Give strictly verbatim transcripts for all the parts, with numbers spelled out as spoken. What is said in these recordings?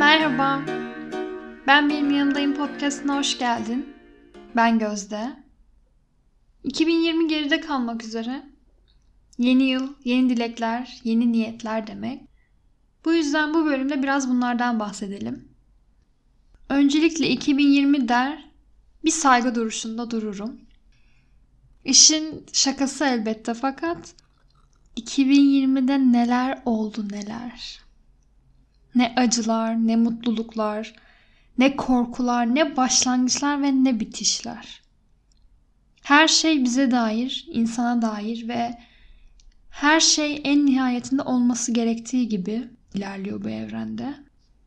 Merhaba, ben Benim Yanımdayım podcastına hoş geldin. Ben Gözde. iki bin yirmi geride kalmak üzere. Yeni yıl, yeni dilekler, yeni niyetler demek. Bu yüzden bu bölümde biraz bunlardan bahsedelim. Öncelikle iki bin yirmi der, bir saygı duruşunda dururum. İşin şakası elbette fakat iki bin yirmide neler oldu neler. Ne acılar, ne mutluluklar, ne korkular, ne başlangıçlar ve ne bitişler. Her şey bize dair, insana dair ve her şey en nihayetinde olması gerektiği gibi ilerliyor bu evrende.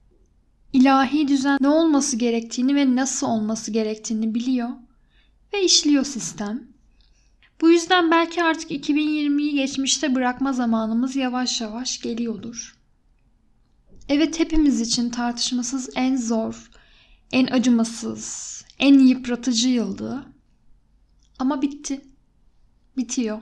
İlahi düzen ne olması gerektiğini ve nasıl olması gerektiğini biliyor ve işliyor sistem. Bu yüzden belki artık iki bin yirmiyi geçmişte bırakma zamanımız yavaş yavaş geliyordur. Evet, hepimiz için tartışmasız en zor, en acımasız, en yıpratıcı yıldı. Ama bitti. Bitiyor.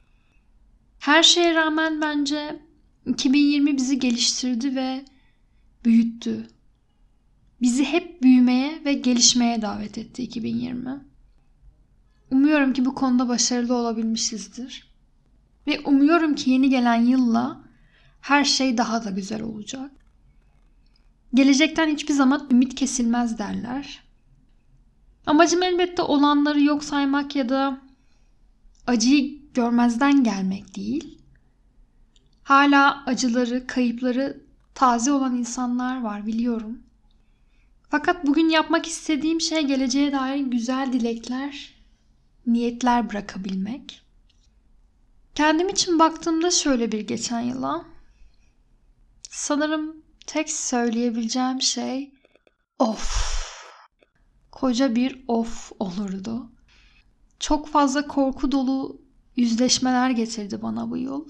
Her şeye rağmen bence iki bin yirmi bizi geliştirdi ve büyüttü. Bizi hep büyümeye ve gelişmeye davet etti iki bin yirmi. Umuyorum ki bu konuda başarılı olabilmişizdir. Ve umuyorum ki yeni gelen yılla her şey daha da güzel olacak. Gelecekten hiçbir zaman ümit kesilmez derler. Amacım elbette olanları yok saymak ya da acıyı görmezden gelmek değil. Hala acıları, kayıpları taze olan insanlar var, biliyorum. Fakat bugün yapmak istediğim şey geleceğe dair güzel dilekler, niyetler bırakabilmek. Kendim için baktığımda şöyle bir geçen yıla, sanırım tek söyleyebileceğim şey of. Koca bir of olurdu. Çok fazla korku dolu yüzleşmeler getirdi bana bu yıl.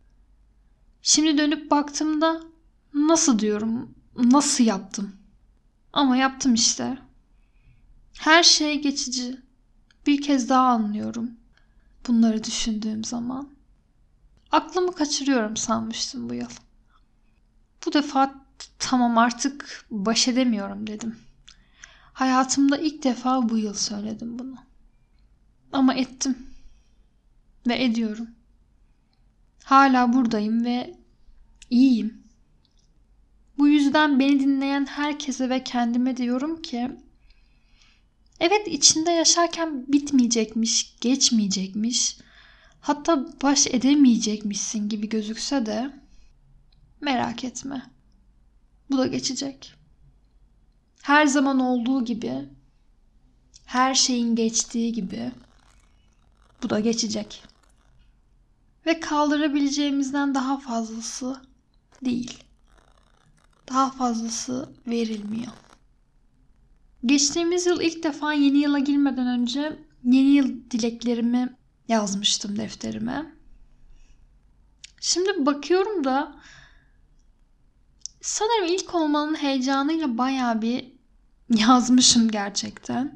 Şimdi dönüp baktığımda nasıl diyorum, nasıl yaptım? Ama yaptım işte. Her şey geçici. Bir kez daha anlıyorum bunları düşündüğüm zaman. Aklımı kaçırıyorum sanmıştım bu yıl. Bu defa tamam, artık baş edemiyorum dedim. Hayatımda ilk defa bu yıl söyledim bunu. Ama ettim. Ve ediyorum. Hala buradayım ve iyiyim. Bu yüzden beni dinleyen herkese ve kendime diyorum ki evet, içinde yaşarken bitmeyecekmiş, geçmeyecekmiş, hatta baş edemeyecekmişsin gibi gözükse de merak etme. Bu da geçecek. Her zaman olduğu gibi, her şeyin geçtiği gibi bu da geçecek. Ve kaldırabileceğimizden daha fazlası değil. Daha fazlası verilmiyor. Geçtiğimiz yıl ilk defa yeni yıla girmeden önce yeni yıl dileklerimi yazmıştım defterime. Şimdi bakıyorum da sanırım ilk olmanın heyecanıyla bayağı bir yazmışım gerçekten.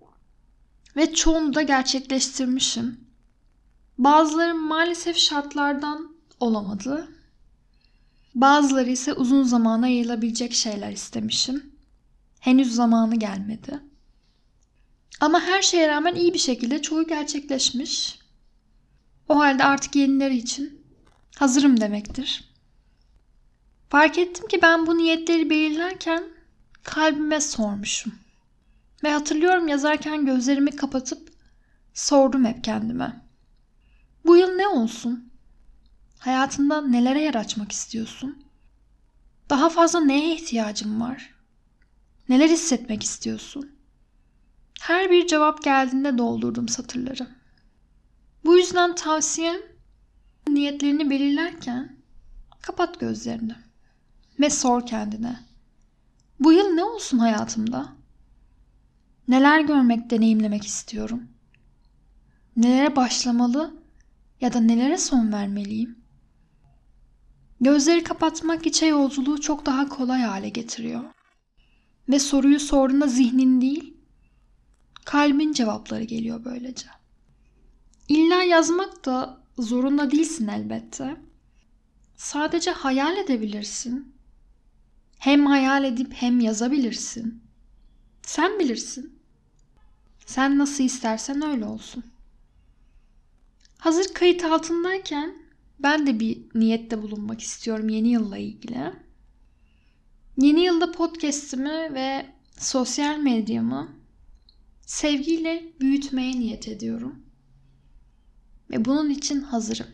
Ve çoğunu da gerçekleştirmişim. Bazıları maalesef şartlardan olamadı. Bazıları ise uzun zamana yayılabilecek şeyler istemişim. Henüz zamanı gelmedi. Ama her şeye rağmen iyi bir şekilde çoğu gerçekleşmiş. O halde artık yenileri için hazırım demektir. Fark ettim ki ben bu niyetleri belirlerken kalbime sormuşum. Ve hatırlıyorum, yazarken gözlerimi kapatıp sordum hep kendime. Bu yıl ne olsun? Hayatında nelere yer açmak istiyorsun? Daha fazla neye ihtiyacın var? Neler hissetmek istiyorsun? Her bir cevap geldiğinde doldurdum satırları. Bu yüzden tavsiyem, niyetlerini belirlerken kapat gözlerini ve sor kendine. Bu yıl ne olsun hayatımda? Neler görmek, deneyimlemek istiyorum? Nelere başlamalı ya da nelere son vermeliyim? Gözleri kapatmak içe yolculuğu çok daha kolay hale getiriyor. Ve soruyu sorduğunda zihnin değil, kalbin cevapları geliyor böylece. İlla yazmak da zorunda değilsin elbette. Sadece hayal edebilirsin. Hem hayal edip hem yazabilirsin. Sen bilirsin. Sen nasıl istersen öyle olsun. Hazır kayıt altındayken ben de bir niyette bulunmak istiyorum yeni yılla ilgili. Yeni yılda podcast'imi ve sosyal medyamı sevgiyle büyütmeye niyet ediyorum. Ve bunun için hazırım.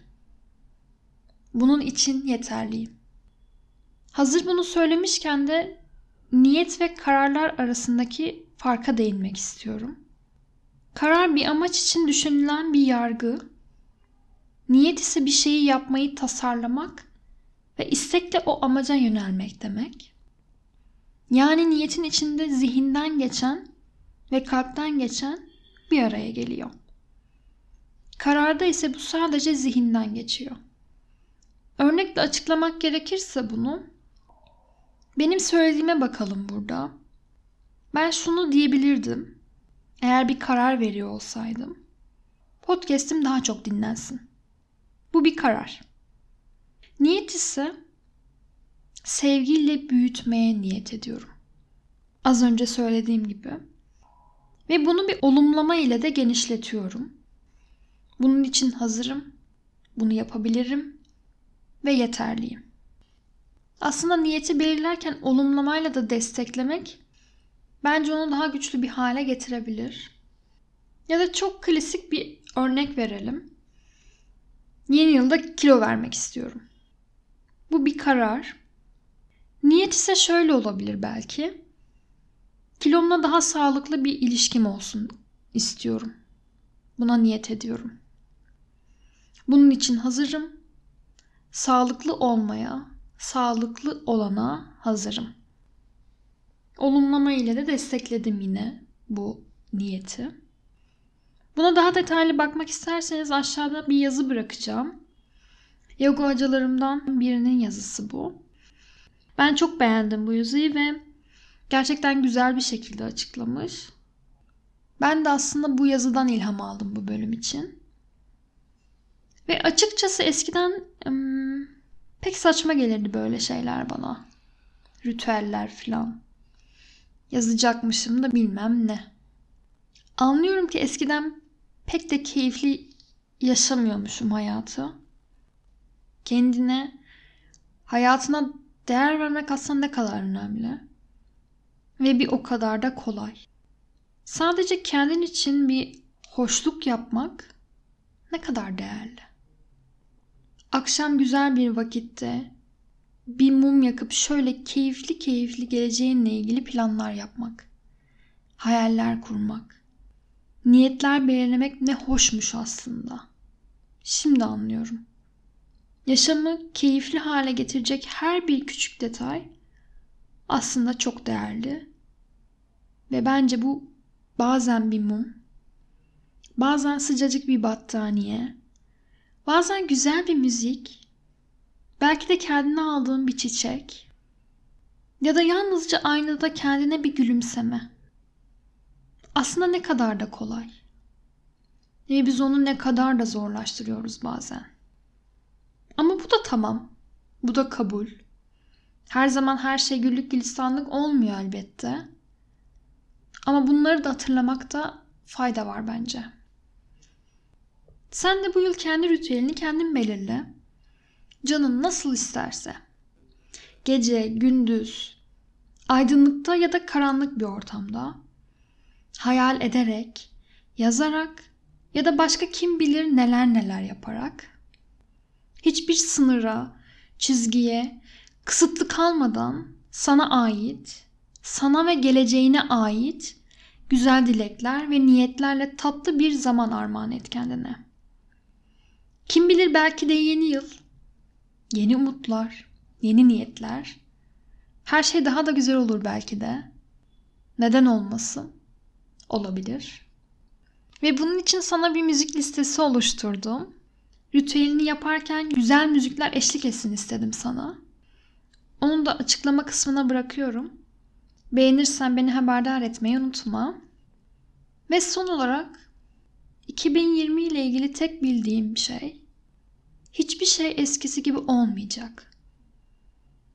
Bunun için yeterliyim. Hazır bunu söylemişken de niyet ve kararlar arasındaki farka değinmek istiyorum. Karar bir amaç için düşünülen bir yargı. Niyet ise bir şeyi yapmayı tasarlamak ve istekle o amaca yönelmek demek. Yani niyetin içinde zihinden geçen ve kalpten geçen bir araya geliyor. Kararda ise bu sadece zihinden geçiyor. Örnekle açıklamak gerekirse bunu, benim söylediğime bakalım burada. Ben şunu diyebilirdim, eğer bir karar veriyor olsaydım. Podcast'im daha çok dinlensin. Bu bir karar. Niyet ise sevgiyle büyütmeye niyet ediyorum. Az önce söylediğim gibi. Ve bunu bir olumlama ile de genişletiyorum. Bunun için hazırım, bunu yapabilirim ve yeterliyim. Aslında niyeti belirlerken olumlamayla da desteklemek bence onu daha güçlü bir hale getirebilir. Ya da çok klasik bir örnek verelim. Yeni yılda kilo vermek istiyorum. Bu bir karar. Niyet ise şöyle olabilir belki. Kilomla daha sağlıklı bir ilişkim olsun istiyorum. Buna niyet ediyorum. Bunun için hazırım. Sağlıklı olmaya, sağlıklı olana hazırım. Olumlama ile de destekledim yine bu niyeti. Buna daha detaylı bakmak isterseniz aşağıda bir yazı bırakacağım. Yoga hocalarımdan birinin yazısı bu. Ben çok beğendim bu yazıyı ve gerçekten güzel bir şekilde açıklamış. Ben de aslında bu yazıdan ilham aldım bu bölüm için. Ve açıkçası eskiden ım, pek saçma gelirdi böyle şeyler bana. Ritüeller falan. Yazacakmışım da bilmem ne. Anlıyorum ki eskiden pek de keyifli yaşamıyormuşum hayatı. Kendine, hayatına değer vermek aslında ne kadar önemli. Ve bir o kadar da kolay. Sadece kendin için bir hoşluk yapmak ne kadar değerli. Akşam güzel bir vakitte bir mum yakıp şöyle keyifli keyifli geleceğinle ilgili planlar yapmak. Hayaller kurmak. Niyetler belirlemek ne hoşmuş aslında. Şimdi anlıyorum. Yaşamı keyifli hale getirecek her bir küçük detay aslında çok değerli. Ve bence bu bazen bir mum, bazen sıcacık bir battaniye, bazen güzel bir müzik, belki de kendine aldığın bir çiçek ya da yalnızca aynada kendine bir gülümseme. Aslında ne kadar da kolay. Ve biz onu ne kadar da zorlaştırıyoruz bazen. Ama bu da tamam. Bu da kabul. Her zaman her şey güllük gülistanlık olmuyor elbette. Ama bunları da hatırlamakta fayda var bence. Sen de bu yıl kendi ritüelini kendin belirle. Canın nasıl isterse. Gece, gündüz, aydınlıkta ya da karanlık bir ortamda. Hayal ederek, yazarak ya da başka kim bilir neler neler yaparak. Hiçbir sınıra, çizgiye, kısıtlı kalmadan sana ait, sana ve geleceğine ait güzel dilekler ve niyetlerle tatlı bir zaman armağan et kendine. Kim bilir belki de yeni yıl, yeni umutlar, yeni niyetler. Her şey daha da güzel olur belki de. Neden olmasın? Olabilir. Ve bunun için sana bir müzik listesi oluşturdum. Ritüelini yaparken güzel müzikler eşlik etsin istedim sana. Onu da açıklama kısmına bırakıyorum. Beğenirsen beni haberdar etmeyi unutma. Ve son olarak iki bin yirmi ile ilgili tek bildiğim bir şey, hiçbir şey eskisi gibi olmayacak.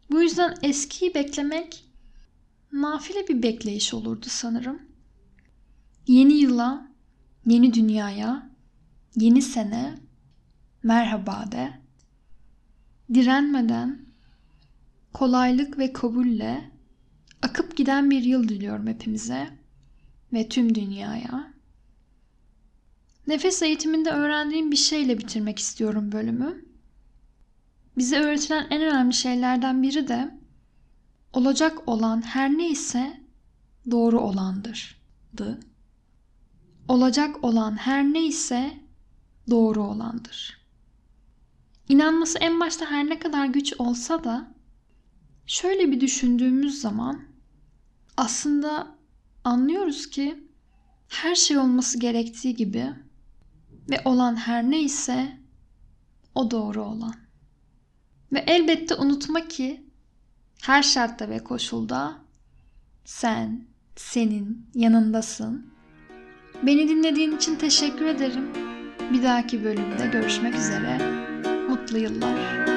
Bu yüzden eskiyi beklemek nafile bir bekleyiş olurdu sanırım. Yeni yıla, yeni dünyaya, yeni sene merhaba de. Direnmeden, kolaylık ve kabulle akıp giden bir yıl diliyorum hepimize ve tüm dünyaya. Nefes eğitiminde öğrendiğim bir şeyle bitirmek istiyorum bölümü. Bize öğretilen en önemli şeylerden biri de olacak olan her neyse doğru olandır. dı. Olacak olan her neyse doğru olandır. İnanması en başta her ne kadar güç olsa da şöyle bir düşündüğümüz zaman aslında anlıyoruz ki her şey olması gerektiği gibi ve olan her neyse o doğru olan. Ve elbette unutma ki her şartta ve koşulda sen, senin yanındasın. Beni dinlediğin için teşekkür ederim. Bir dahaki bölümde görüşmek üzere. Mutlu yıllar.